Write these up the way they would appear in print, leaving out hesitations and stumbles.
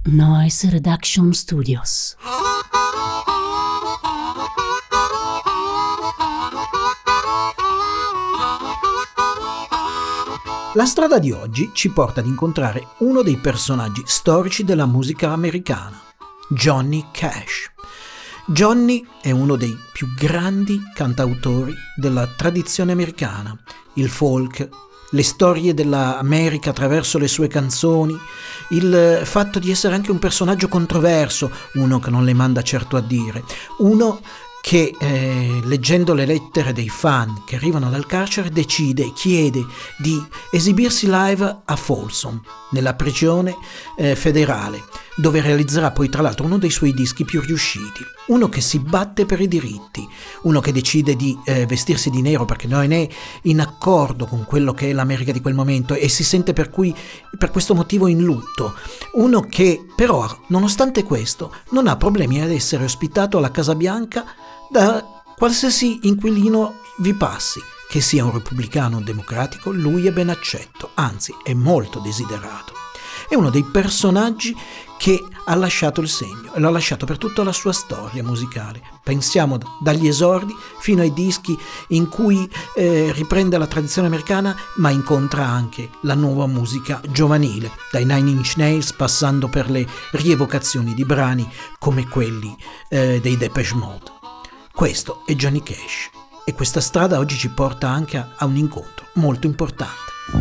Noise Reduction Studios. La strada di oggi ci porta ad incontrare uno dei personaggi storici della musica americana, Johnny Cash. Johnny è uno dei più grandi cantautori della tradizione americana, il folk, le storie dell'America attraverso le sue canzoni, il fatto di essere anche un personaggio controverso, uno che non le manda certo a dire, uno che leggendo le lettere dei fan che arrivano dal carcere chiede di esibirsi live a Folsom, nella prigione federale, dove realizzerà poi tra l'altro uno dei suoi dischi più riusciti, uno che si batte per i diritti, uno che decide di vestirsi di nero perché non è in accordo con quello che è l'America di quel momento e si sente per questo motivo in lutto, uno che però nonostante questo non ha problemi ad essere ospitato alla Casa Bianca da qualsiasi inquilino vi passi, che sia un repubblicano o un democratico, lui è ben accetto, anzi è molto desiderato. È uno dei personaggi che ha lasciato il segno e lo ha lasciato per tutta la sua storia musicale. Pensiamo dagli esordi fino ai dischi in cui riprende la tradizione americana ma incontra anche la nuova musica giovanile, dai Nine Inch Nails passando per le rievocazioni di brani come quelli dei Depeche Mode. Questo è Johnny Cash e questa strada oggi ci porta anche a un incontro molto importante.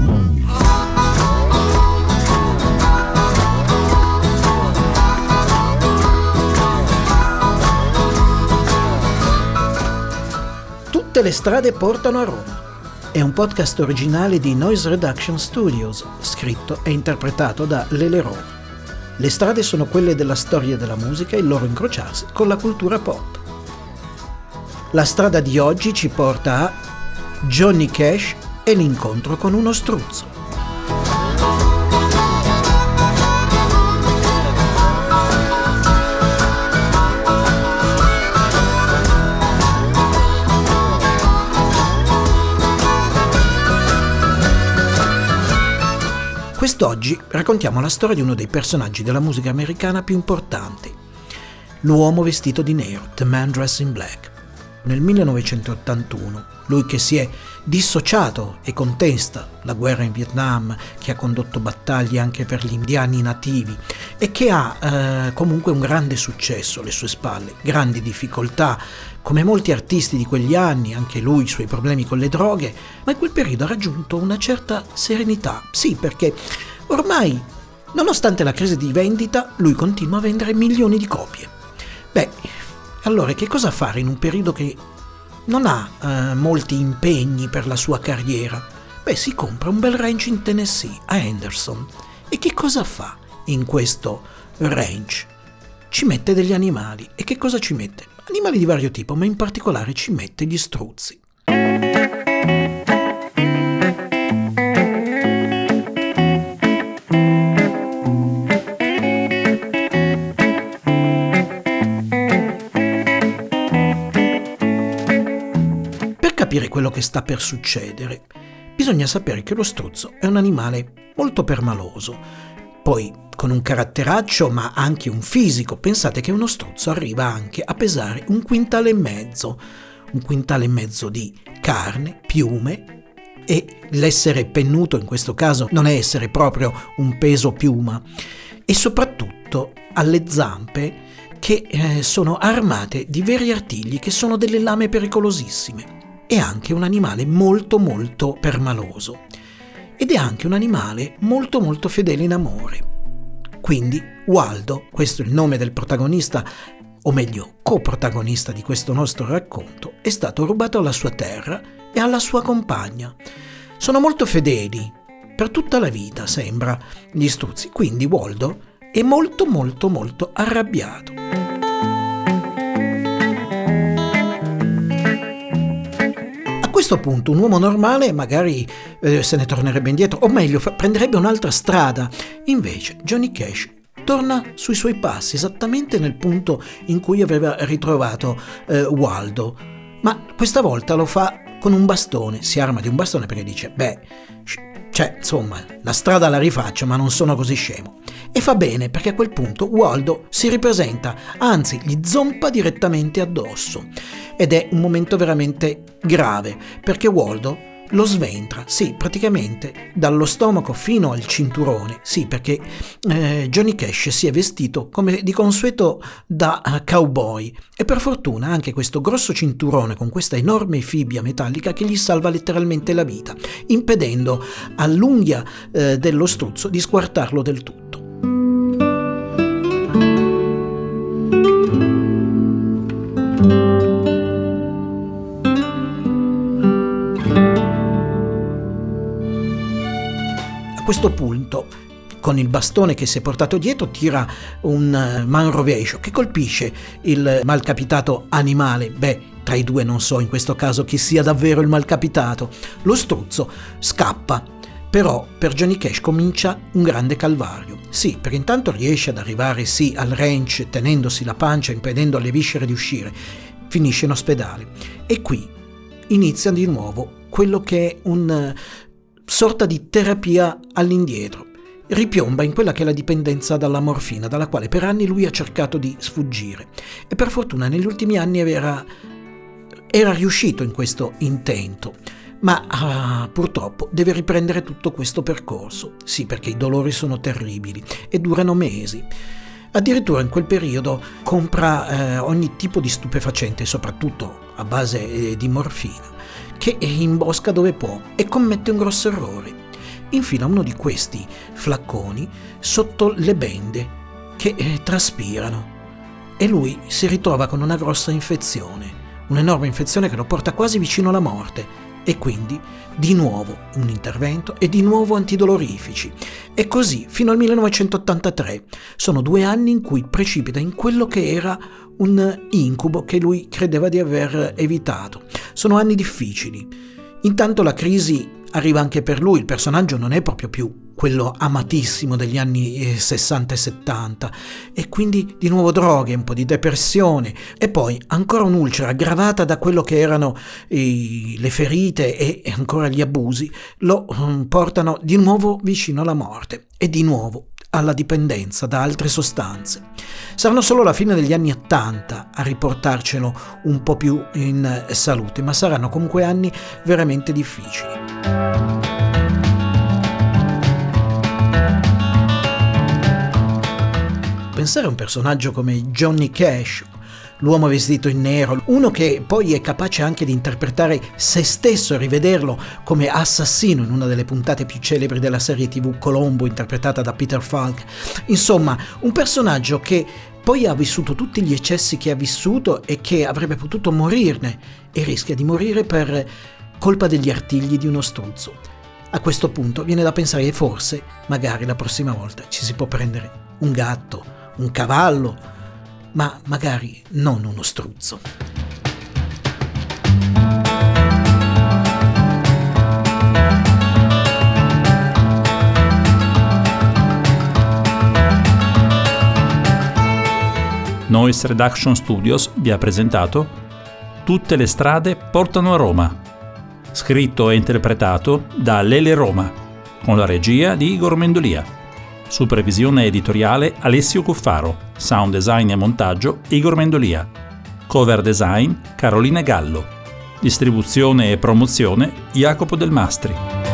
Tutte le strade portano a Roma. È un podcast originale di Noise Reduction Studios, scritto e interpretato da Lele Roma. Le strade sono quelle della storia della musica e il loro incrociarsi con la cultura pop. La strada di oggi ci porta a Johnny Cash e l'incontro con uno struzzo. Quest'oggi raccontiamo la storia di uno dei personaggi della musica americana più importanti, l'uomo vestito di nero, The Man Dressed in Black. Nel 1981, lui che si è dissociato e contesta la guerra in Vietnam, che ha condotto battaglie anche per gli indiani nativi e che ha comunque un grande successo alle sue spalle, grandi difficoltà, come molti artisti di quegli anni, anche lui i suoi problemi con le droghe, ma in quel periodo ha raggiunto una certa serenità. Sì, perché ormai, nonostante la crisi di vendita, lui continua a vendere milioni di copie. Allora, che cosa fare in un periodo che non ha molti impegni per la sua carriera? Si compra un bel ranch in Tennessee, a Henderson. E che cosa fa in questo ranch? Ci mette degli animali. E che cosa ci mette? Animali di vario tipo, ma in particolare ci mette gli struzzi. Capire quello che sta per succedere, bisogna sapere che lo struzzo è un animale molto permaloso, poi con un caratteraccio ma anche un fisico. Pensate che uno struzzo arriva anche a pesare 1,5 quintali di carne, piume, e l'essere pennuto in questo caso non è essere proprio un peso piuma, e soprattutto alle zampe che sono armate di veri artigli che sono delle lame pericolosissime. È anche un animale molto molto permaloso ed è anche un animale molto molto fedele in amore. Quindi Waldo, questo è il nome del protagonista, o meglio coprotagonista di questo nostro racconto, è stato rubato alla sua terra e alla sua compagna. Sono molto fedeli, per tutta la vita sembra, gli struzzi, quindi Waldo è molto molto molto arrabbiato. A questo punto un uomo normale magari se ne tornerebbe indietro, o meglio prenderebbe un'altra strada. Invece Johnny Cash torna sui suoi passi esattamente nel punto in cui aveva ritrovato Waldo, ma questa volta lo fa con un bastone, si arma di un bastone perché dice insomma la strada la rifaccio ma non sono così scemo, E fa bene, perché a quel punto Waldo si ripresenta, anzi gli zompa direttamente addosso. Ed è un momento veramente grave, perché Waldo lo sventra, sì, praticamente dallo stomaco fino al cinturone, sì, perché Johnny Cash si è vestito come di consueto da cowboy, e per fortuna anche questo grosso cinturone con questa enorme fibbia metallica che gli salva letteralmente la vita, impedendo all'unghia dello struzzo di squartarlo del tutto. A questo punto, con il bastone che si è portato dietro, tira un man rovescio che colpisce il malcapitato animale. Tra i due non so in questo caso chi sia davvero il malcapitato. Lo struzzo scappa, però per Johnny Cash comincia un grande calvario. Sì, perché intanto riesce ad arrivare al ranch tenendosi la pancia, impedendo alle viscere di uscire. Finisce in ospedale. E qui inizia di nuovo quello che è un sorta di terapia all'indietro. Ripiomba in quella che è la dipendenza dalla morfina, dalla quale per anni lui ha cercato di sfuggire, e per fortuna negli ultimi anni era riuscito in questo intento, ma purtroppo deve riprendere tutto questo percorso. Sì, perché i dolori sono terribili e durano mesi. Addirittura in quel periodo compra ogni tipo di stupefacente, soprattutto a base di morfina, che imbosca dove può e commette un grosso errore. Infila uno di questi flacconi sotto le bende che traspirano, e lui si ritrova con una grossa infezione, un'enorme infezione che lo porta quasi vicino alla morte, e quindi di nuovo un intervento e di nuovo antidolorifici. E così fino al 1983. Sono 2 anni in cui precipita in quello che era un incubo che lui credeva di aver evitato. Sono anni difficili. Intanto la crisi arriva anche per lui. Il personaggio non è proprio più quello amatissimo degli anni 60 e 70, e quindi di nuovo droghe, un po' di depressione, e poi ancora un'ulcera aggravata da quello che erano le ferite e ancora gli abusi lo portano di nuovo vicino alla morte e di nuovo alla dipendenza da altre sostanze. Saranno solo la fine degli anni 80 a riportarcelo un po' più in salute, ma saranno comunque anni veramente difficili. Pensare a un personaggio come Johnny Cash, l'uomo vestito in nero, uno che poi è capace anche di interpretare se stesso e rivederlo come assassino in una delle puntate più celebri della serie TV Colombo, interpretata da Peter Falk. Insomma, un personaggio che poi ha vissuto tutti gli eccessi che ha vissuto e che avrebbe potuto morirne, e rischia di morire per colpa degli artigli di uno struzzo. A questo punto viene da pensare che forse, magari la prossima volta, ci si può prendere un gatto, un cavallo, ma magari non uno struzzo. Noise Reduction Studios vi ha presentato Tutte le strade portano a Roma, scritto e interpretato da Lele Roma, con la regia di Igor Mendolia. Supervisione editoriale Alessio Cuffaro, sound design e montaggio Igor Mendolia, cover design Carolina Gallo, distribuzione e promozione Jacopo Del Mastri.